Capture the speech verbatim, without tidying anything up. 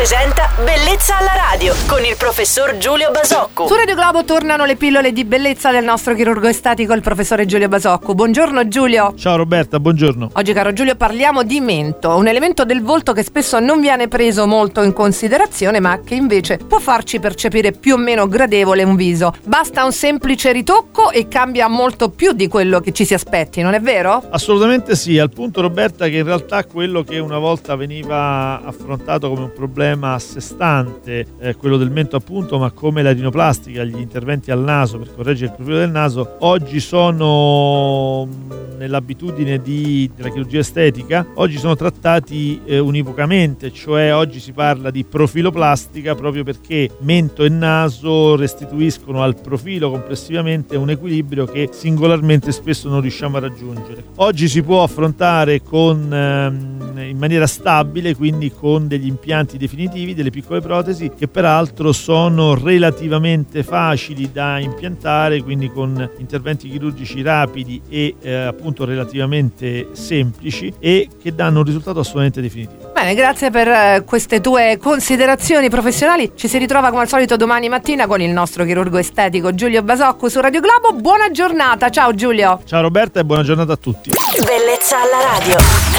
presenta Bellezza alla radio con il professor Giulio Basocco. Su Radio Globo tornano le pillole di bellezza del nostro chirurgo estetico, il professore Giulio Basocco. Buongiorno Giulio. Ciao Roberta, buongiorno. Oggi, caro Giulio, parliamo di mento, un elemento del volto che spesso non viene preso molto in considerazione, ma che invece può farci percepire più o meno gradevole un viso. Basta un semplice ritocco e cambia molto più di quello che ci si aspetti, non è vero? Assolutamente sì, al punto, Roberta, che in realtà quello che una volta veniva affrontato come un problema a sé stante, eh, quello del mento appunto, ma come la rinoplastica, gli interventi al naso per correggere il profilo del naso, oggi sono nell'abitudine di, della chirurgia estetica, oggi sono trattati eh, univocamente, cioè oggi si parla di profiloplastica proprio perché mento e naso restituiscono al profilo complessivamente un equilibrio che singolarmente spesso non riusciamo a raggiungere. Oggi si può affrontare con ehm, in maniera stabile, quindi con degli impianti definitivi, delle piccole protesi che peraltro sono relativamente facili da impiantare, quindi con interventi chirurgici rapidi e eh, appunto relativamente semplici e che danno un risultato assolutamente definitivo. Bene, grazie per eh, queste tue considerazioni professionali. Ci si ritrova come al solito domani mattina con il nostro chirurgo estetico Giulio Basocco su Radio Globo. Buona giornata, ciao Giulio. Ciao Roberta e buona giornata a tutti. Bellezza alla radio.